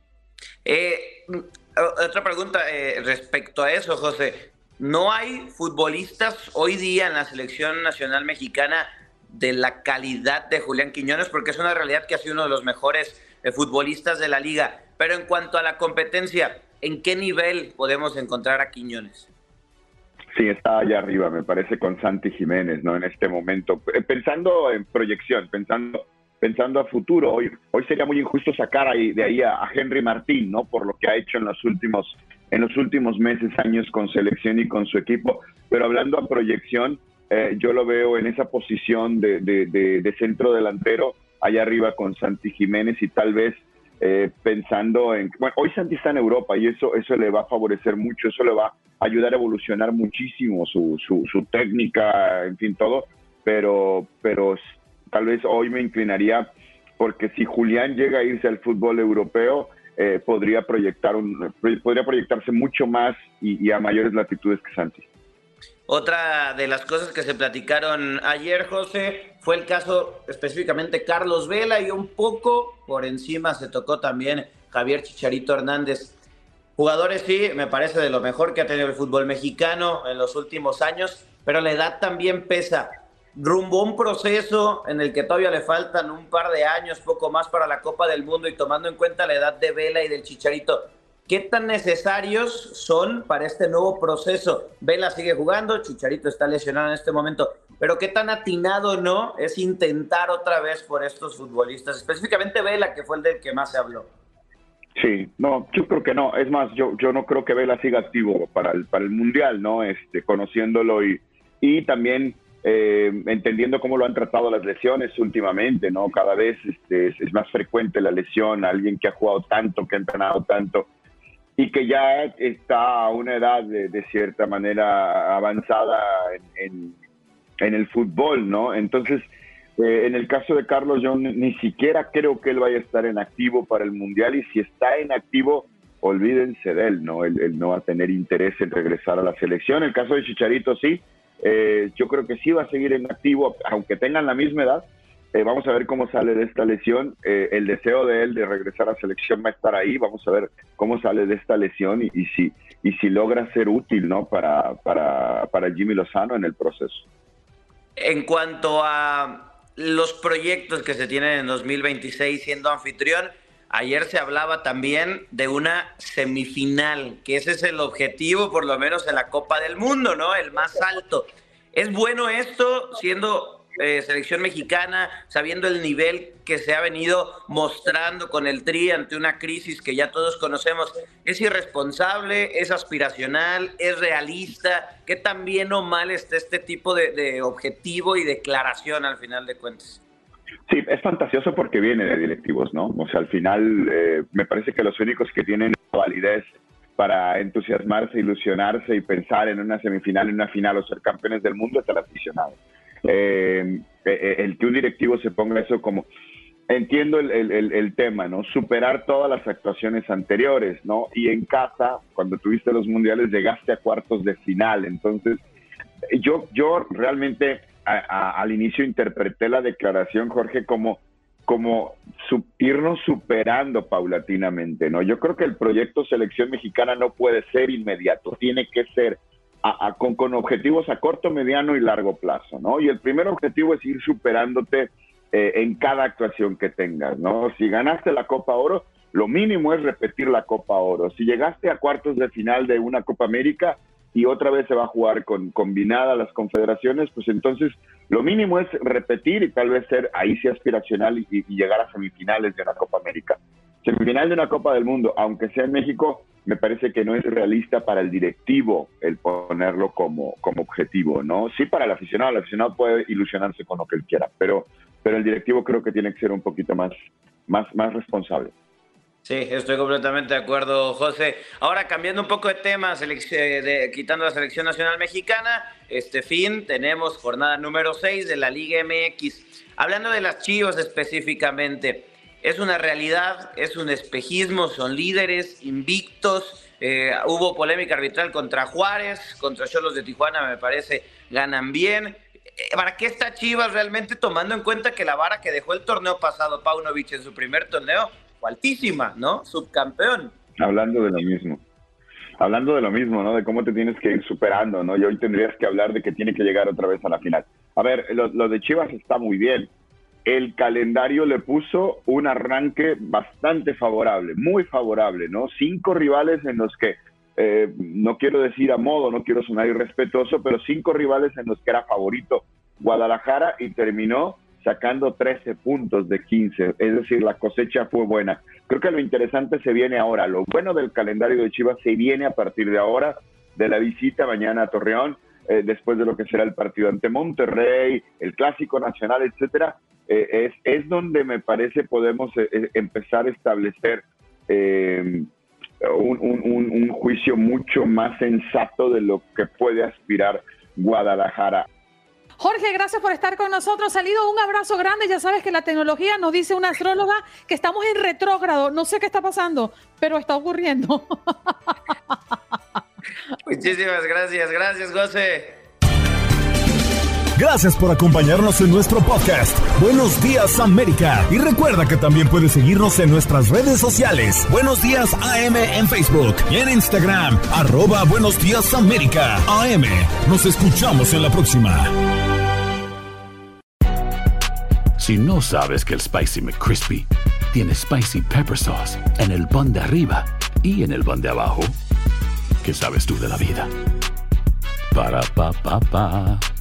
Otra pregunta respecto a eso, José. ¿No hay futbolistas hoy día en la selección nacional mexicana de la calidad de Julián Quiñones? Porque es una realidad que ha sido uno de los mejores futbolistas de la liga. Pero en cuanto a la competencia, ¿en qué nivel podemos encontrar a Quiñones?
Sí, está allá arriba, me parece, con Santi Jiménez, ¿no? En este momento. Pensando en proyección, pensando a futuro, hoy sería muy injusto sacar de ahí a Henry Martín, ¿no? Por lo que ha hecho en los últimos meses, años con selección y con su equipo, pero hablando a proyección, yo lo veo en esa posición de centro delantero, allá arriba con Santi Jiménez, y tal vez pensando en... Bueno, hoy Santi está en Europa y eso le va a favorecer mucho, eso le va a ayudar a evolucionar muchísimo su técnica, en fin, todo, pero tal vez hoy me inclinaría, porque si Julián llega a irse al fútbol europeo, podría proyectarse mucho más y a mayores latitudes que Santi.
Otra de las cosas que se platicaron ayer, José, fue el caso específicamente Carlos Vela, y un poco por encima se tocó también Javier Chicharito Hernández. Jugadores, sí, me parece de lo mejor que ha tenido el fútbol mexicano en los últimos años, pero la edad también pesa. Rumbo a un proceso en el que todavía le faltan un par de años, poco más, para la Copa del Mundo, y tomando en cuenta la edad de Vela y del Chicharito,
¿Qué tan necesarios son para este nuevo proceso? Vela sigue jugando, Chicharito está lesionado en este momento, pero ¿qué tan atinado no es intentar otra vez por estos futbolistas? Específicamente Vela, que fue el del que más se habló.
Sí, no, yo creo que no. Es más, yo no creo que Vela siga activo para el Mundial, ¿no? Conociéndolo y también entendiendo cómo lo han tratado las lesiones últimamente, ¿no? Cada vez es más frecuente la lesión, alguien que ha jugado tanto, que ha entrenado tanto y que ya está a una edad de cierta manera avanzada en el fútbol, ¿no? Entonces, en el caso de Carlos, yo ni siquiera creo que él vaya a estar en activo para el Mundial, y si está en activo, olvídense de él, ¿no? Él no va a tener interés en regresar a la selección. En el caso de Chicharito, sí. Yo creo que sí va a seguir en activo, aunque tengan la misma edad. Vamos a ver cómo sale de esta lesión. El deseo de él de regresar a la selección va a estar ahí. Vamos a ver cómo sale de esta lesión y si logra ser útil, ¿no? para Jimmy Lozano en el proceso.
En cuanto a los proyectos que se tienen en 2026 siendo anfitrión, ayer se hablaba también de una semifinal, que ese es el objetivo, por lo menos en la Copa del Mundo, ¿no? El más alto. ¿Es bueno esto, siendo selección mexicana, sabiendo el nivel que se ha venido mostrando con el Tri ante una crisis que ya todos conocemos? ¿Es irresponsable, es aspiracional, es realista? ¿Qué tan bien o mal está este tipo de objetivo y declaración al final de cuentas?
Sí, es fantasioso porque viene de directivos, ¿no? O sea, al final me parece que los únicos que tienen validez para entusiasmarse, ilusionarse y pensar en una semifinal, en una final o ser campeones del mundo es el aficionado. El que un directivo se ponga eso como... Entiendo el tema, ¿no? Superar todas las actuaciones anteriores, ¿no? Y en casa, cuando tuviste los mundiales, llegaste a cuartos de final. Entonces, yo realmente... al inicio interpreté la declaración, Jorge, como irnos superando paulatinamente, ¿no? Yo creo que el proyecto selección mexicana no puede ser inmediato, tiene que ser con objetivos a corto, mediano y largo plazo, ¿no? Y el primer objetivo es ir superándote en cada actuación que tengas, ¿no? Si ganaste la Copa Oro, lo mínimo es repetir la Copa Oro. Si llegaste a cuartos de final de una Copa América y otra vez se va a jugar combinada las confederaciones, pues entonces lo mínimo es repetir y tal vez ser ahí sí aspiracional y llegar a semifinales de una Copa América. Semifinal de una Copa del Mundo, aunque sea en México, me parece que no es realista para el directivo el ponerlo como objetivo, ¿no? Sí para el aficionado puede ilusionarse con lo que él quiera, pero el directivo creo que tiene que ser un poquito más responsable.
Sí, estoy completamente de acuerdo, José. Ahora, cambiando un poco de tema, quitando la selección nacional mexicana, este fin tenemos jornada número 6 de la Liga MX. Hablando de las Chivas específicamente, ¿es una realidad? ¿Es un espejismo? ¿Son líderes invictos? Hubo polémica arbitral contra Juárez, contra Xolos de Tijuana, me parece, ganan bien. ¿Para qué está Chivas realmente, tomando en cuenta que la vara que dejó el torneo pasado Paunovic en su primer torneo altísima, ¿no? Subcampeón.
Hablando de lo mismo, ¿no? De cómo te tienes que ir superando, ¿no? Y hoy tendrías que hablar de que tiene que llegar otra vez a la final. A ver, lo de Chivas está muy bien. El calendario le puso un arranque bastante favorable, muy favorable, ¿no? 5 rivales en los que, no quiero decir a modo, no quiero sonar irrespetuoso, pero 5 rivales en los que era favorito Guadalajara y terminó sacando 13 puntos de 15, es decir, la cosecha fue buena. Creo que lo interesante se viene ahora, lo bueno del calendario de Chivas se viene a partir de ahora, de la visita mañana a Torreón, después de lo que será el partido ante Monterrey, el Clásico Nacional, etcétera, es donde me parece podemos empezar a establecer un juicio mucho más sensato de lo que puede aspirar Guadalajara.
Jorge, gracias por estar con nosotros. Salido, un abrazo grande. Ya sabes que la tecnología nos dice una astróloga que estamos en retrógrado. No sé qué está pasando, pero está ocurriendo.
Muchísimas gracias. Gracias, José.
Gracias por acompañarnos en nuestro podcast. Buenos Días, América. Y recuerda que también puedes seguirnos en nuestras redes sociales. Buenos Días AM en Facebook y en Instagram. @Buenos Días América AM. Nos escuchamos en la próxima.
Si no sabes que el Spicy McCrispy tiene Spicy Pepper Sauce en el pan de arriba Y en el van de abajo, ¿qué sabes tú de la vida? Para, pa, pa, pa.